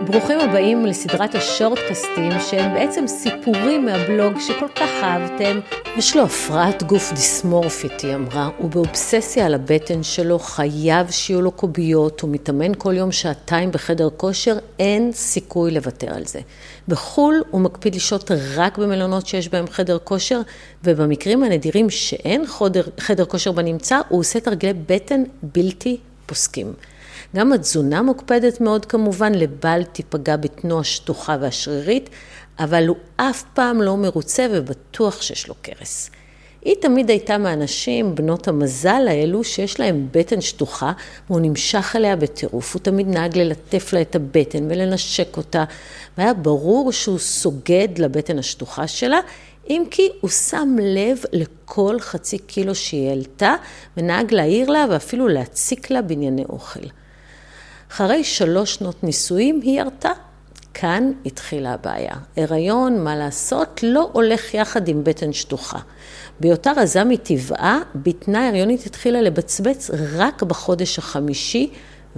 ברוכים הבאים לסדרת השורטקסטים שהם בעצם סיפורים מהבלוג שכל כך אהבתם. יש לו הפרעת גוף דיסמורפית, היא אמרה, הוא באובססיה על הבטן שלו, חייב שיהיו לו קוביות, הוא מתאמן כל יום שעתיים בחדר כושר, אין סיכוי לוותר על זה. בחול הוא מקפיד לשהות רק במלונות שיש בהם חדר כושר, ובמקרים הנדירים שאין חדר כושר בנמצא, הוא עושה תרגילי בטן בלתי פוסקים. גם התזונה מוקפדת מאוד כמובן, לבל תיפגע בתנוע השטוחה והשרירית, אבל הוא אף פעם לא מרוצה ובטוח שיש לו קרס. היא תמיד הייתה מהאנשים, בנות המזל האלו, שיש להם בטן שטוחה, והוא נמשך אליה בטירוף. הוא תמיד נהג ללטף לה את הבטן ולנשק אותה, והיה ברור שהוא סוגד לבטן השטוחה שלה, אם כי הוא שם לב לכל חצי קילו שהיא העלתה, ונהג להעיר לה ואפילו להציק לה בענייני אוכל. אחרי 3 שנות נישואים היא ירתה. כאן התחילה הבעיה. הריון, מה לעשות, לא הולך יחד עם בטן שטוחה. בהיותה רזה מטבעה, בטנה הריונית התחילה לבצבץ רק בחודש החמישי,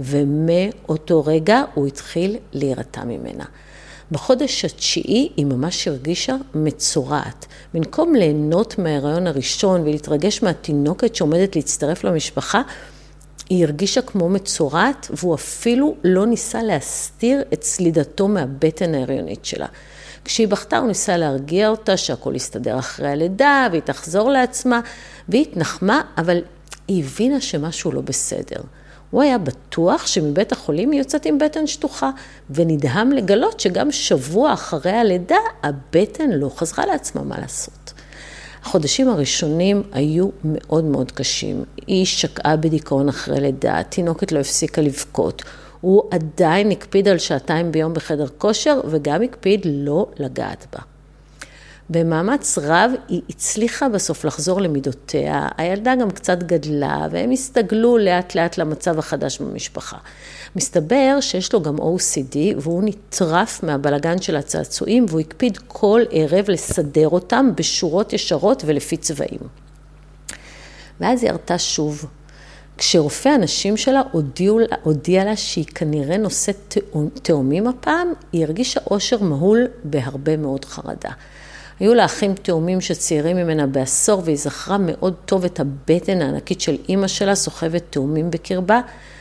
ומאותו רגע הוא התחיל להירתע ממנה. בחודש התשיעי היא ממש הרגישה מצורעת. במקום ליהנות מההריון הראשון ולהתרגש מהתינוקת שעומדת להצטרף למשפחה, היא הרגישה כמו מצורעת, והוא אפילו לא ניסה להסתיר את סלידתו מהבטן ההריונית שלה. כשהיא בכתה הוא ניסה להרגיע אותה שהכל יסתדר אחרי הלידה, והיא תחזור לעצמה, והיא התנחמה, אבל היא הבינה שמשהו לא בסדר. הוא היה בטוח שמבית החולים היא יוצאת עם בטן שטוחה, ונדהם לגלות שגם שבוע אחרי הלידה, הבטן לא חזרה לעצמה מה לעשות. החודשים הראשונים היו מאוד מאוד קשים. היא שקעה בדיכאון אחרי לידה, תינוקת לא הפסיקה לבכות. הוא עדיין הקפיד על 2 שעתיים ביום בחדר כושר, וגם הקפיד לא לגעת בה. במאמץ רב היא הצליחה בסוף לחזור למידותיה, הילדה גם קצת גדלה, והם הסתגלו לאט לאט למצב החדש במשפחה. מסתבר שיש לו גם OCD, והוא נטרף מהבלגן של הצעצועים, והוא הקפיד כל ערב לסדר אותם בשורות ישרות ולפי צבעים. ואז היא הרתה שוב. כשרופא הנשים שלה הודיע לה שהיא כנראה נושאת תאומים הפעם, היא הרגישה אושר מהול בהרבה מאוד חרדה. היו לה אחים תאומים שצעירים ממנה בעשור, והיא זכרה מאוד טוב את הבטן הענקית של אמא שלה, סוחבת תאומים בקרבה.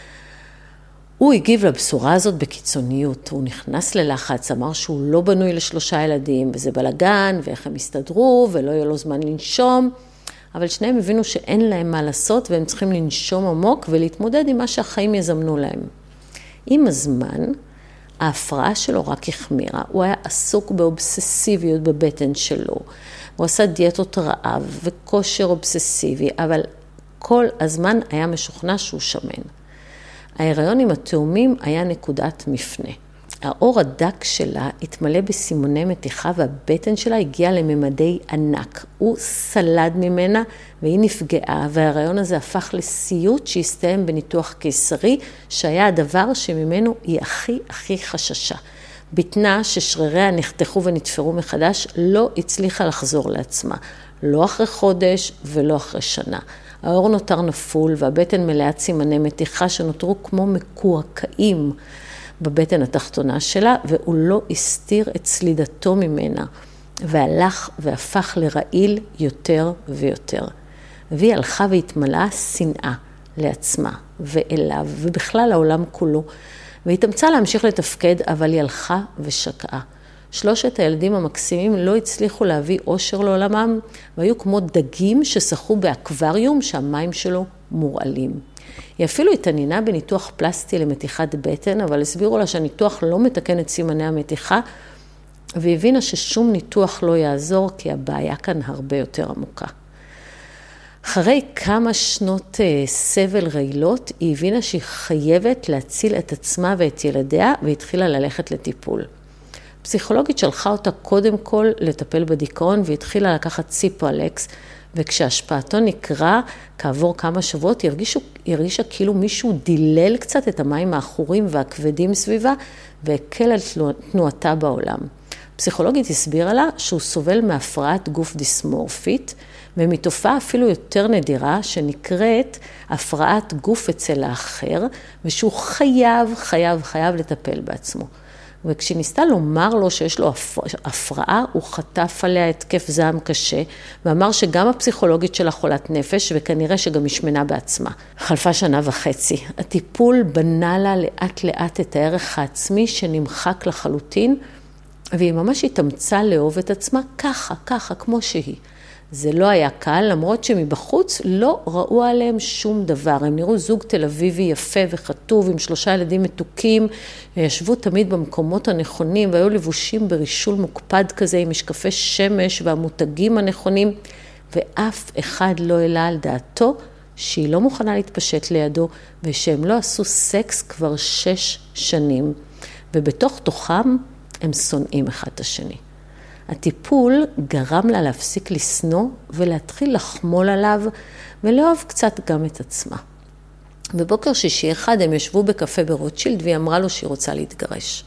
הוא הגיב לבשורה הזאת בקיצוניות, הוא נכנס ללחץ, אמר שהוא לא בנוי ל3 ילדים, וזה בלגן, ואיך הם יסתדרו, ולא יהיה לו זמן לנשום, אבל שניהם הבינו שאין להם מה לעשות, והם צריכים לנשום עמוק, ולהתמודד עם מה שהחיים יזמנו להם. עם הזמן, ההפרעה שלו רק החמירה, הוא היה עסוק באובססיביות בבטן שלו, הוא עשה דיאטות רעב וכושר אובססיבי, אבל כל הזמן היה משוכנע שהוא שמן. ההיריון עם התאומים היה נקודת מפנה. האור הדק שלה התמלא בסימוני מתיחה, והבטן שלה הגיעה לממדי ענק. הוא סלד ממנה והיא נפגעה, וההיריון הזה הפך לסיוט שהסתיים בניתוח קיסרי, שהיה הדבר שממנו היא הכי חששה. בטנה ששריריה נחתכו ונתפרו מחדש לא הצליחה לחזור לעצמה, לא אחרי חודש ולא אחרי שנה. האור נותר נפול והבטן מלאת סימני מתיחה שנותרו כמו מקועקעים בבטן התחתונה שלה, והוא לא הסתיר את סלידתו ממנה, והלך והפך לרעיל יותר ויותר. והיא הלכה והתמלאה שנאה לעצמה ואליו, ובכלל העולם כולו, והתאמצה להמשיך לתפקד, אבל היא הלכה ושקעה. 3 הילדים המקסימים לא הצליחו להביא אושר לעולמם, והיו כמו דגים ששחו באקווריום שהמים שלו מורעלים. היא אפילו התעניינה בניתוח פלסטי למתיחת בטן, אבל הסבירו לה שהניתוח לא מתקן את סימני המתיחה, והבינה ששום ניתוח לא יעזור, כי הבעיה כאן הרבה יותר עמוקה. אחרי כמה שנות סבל רעילות, היא הבינה שהיא חייבת להציל את עצמה ואת ילדיה, והתחילה ללכת לטיפול. פסיכולוגית שלחה אותה קודם כל לטפל בדיכאון, והתחילה לקחת ציפרלקס, וכשהשפעתו נקרא, כעבור כמה שבועות, היא הרגישה כאילו מישהו דילל קצת את המים האחורים והכבדים סביבה, והקל על תנועתה בעולם. פסיכולוגית הסבירה לה שהוא סובל מהפרעת גוף דיסמורפית, ומתופעה אפילו יותר נדירה שנקראת הפרעת גוף אצל האחר, ושהוא חייב לטפל בעצמו. וכשהיא ניסתה לומר לו שיש לו הפרעה, הוא חטף עליה התקף זעם קשה, ואמר שגם הפסיכולוגית שלה חולת נפש, וכנראה שגם היא שמנה בעצמה. חלפה 1.5 שנה. הטיפול בנה לה לאט לאט את הערך העצמי שנמחק לחלוטין, והיא ממש התאמצה לאהוב את עצמה ככה, כמו שהיא. זה לא היה קל, למרות שמבחוץ לא ראו עליהם שום דבר. הם נראו זוג תל אביבי יפה וחטוב עם 3 ילדים מתוקים, ישבו תמיד במקומות הנכונים, והיו לבושים ברישול מוקפד כזה עם משקפי שמש והמותגים הנכונים, ואף אחד לא העלה על דעתו שהיא לא מוכנה להתפשט לידו, ושהם לא עשו סקס כבר 6 שנים, ובתוך תוכם הם שונאים אחד את השני. הטיפול גרם לה להפסיק לשנוא ולהתחיל לחמול עליו ולאהוב קצת גם את עצמה. בבוקר שישי אחד הם ישבו בקפה ברוטשילד והיא אמרה לו שהיא רוצה להתגרש.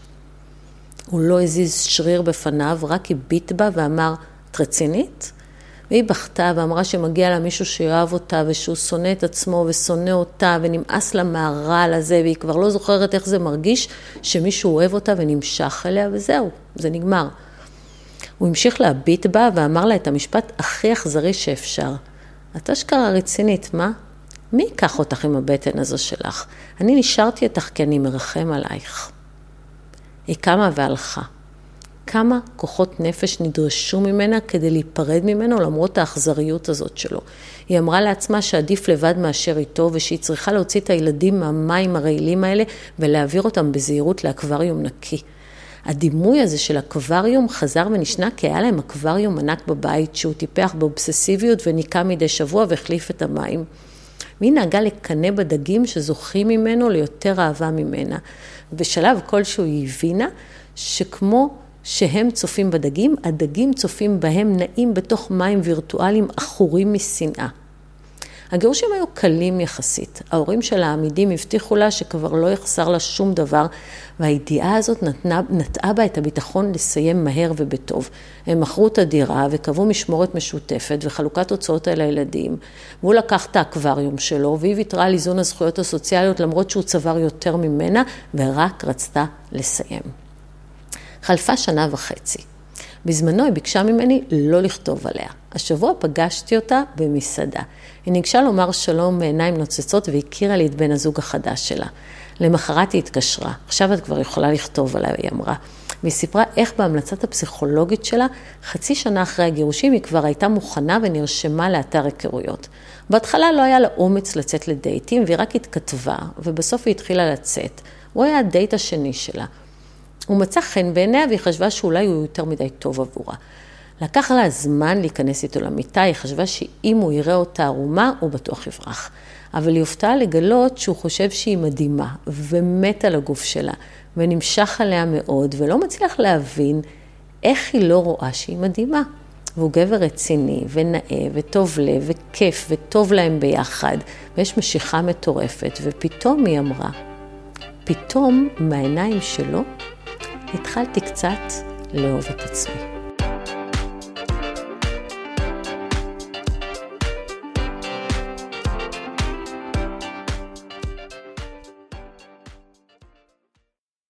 הוא לא הזיז שריר בפניו, רק הביט בה ואמר, את רצינית? והיא בכתה ואמרה שמגיע לה מישהו שיאהב אותה ושהוא שונא את עצמו ושונא אותה ונמאס לה מהרעל הזה, והיא כבר לא זוכרת איך זה מרגיש שמישהו אוהב אותה ונמשך אליה, וזהו, זה נגמר. הוא המשיך להביט בה ואמר לה את המשפט הכי אכזרי שאפשר. את אשכרה רצינית, מה? מי ייקח אותך עם הבטן הזו שלך? אני נשארתי אותך כי אני מרחם עלייך. היא קמה והלכה. כמה כוחות נפש נדרשו ממנה כדי להיפרד ממנו למרות האכזריות הזאת שלו. היא אמרה לעצמה שעדיף לבד מאשר איתו, ושהיא צריכה להוציא את הילדים מהמים הרעילים האלה ולהעביר אותם בזהירות לאקווריום נקי. הדימוי הזה של אקווריום חזר ונשנה כי היה להם אקווריום ענק בבית שהוא טיפח באובססיביות וניקה מדי שבוע והחליף את המים. והיא נהגה לקנא בדגים שזוכים ממנו ליותר אהבה ממנה. בשלב כלשהו היא הבינה שכמו שהם צופים בדגים, הדגים צופים בהם נעים בתוך מים וירטואליים עכורים משנאה. הגירושים היו קלים יחסית. ההורים של העמידים הבטיחו לה שכבר לא יחסר לה שום דבר, והידיעה הזאת נטעה בה את הביטחון לסיים מהר ובטוב. הם מכרו את הדירה וקבעו משמורת משותפת וחלוקת הוצאות על הילדים, והוא לקח את האקווריום שלו, והיא ויתרה על איזון הזכויות הסוציאליות למרות שהוא צבר יותר ממנה, ורק רצתה לסיים. חלפה 1.5 שנה. בזמנו היא ביקשה ממני לא לכתוב עליה. השבוע פגשתי אותה במסעדה. היא ניגשה לומר שלום בעיניים נוצצות והכירה לי את בן הזוג החדש שלה. למחרת היא התקשרה. עכשיו את כבר יכולה לכתוב עליה, היא אמרה. והיא סיפרה איך בהמלצת הפסיכולוגית שלה, 0.5 שנה אחרי הגירושים, היא כבר הייתה מוכנה ונרשמה לאתר היכרויות. בהתחלה לא היה לה אומץ לצאת לדייטים, והיא רק התכתבה, ובסוף היא התחילה לצאת. הוא היה הדייט השני שלה. הוא מצא חן בעיניה והיא חשבה שאולי הוא יותר מדי טוב עבורה. לקח לה זמן להיכנס איתו למיטה, היא חשבה שאם הוא יראה אותה ערומה, הוא בטוח יברח. אבל היא הופתעה לגלות שהוא חושב שהיא מדהימה, ומת על הגוף שלה, ונמשך עליה מאוד, ולא מצליח להבין איך היא לא רואה שהיא מדהימה. והוא גבר רציני, ונאה, וטוב לב, וכיף, וטוב להם ביחד, ויש משיכה מטורפת, ופתאום היא אמרה, פתאום מהעיניים שלו, התחלתי קצת לאהוב את עצמי.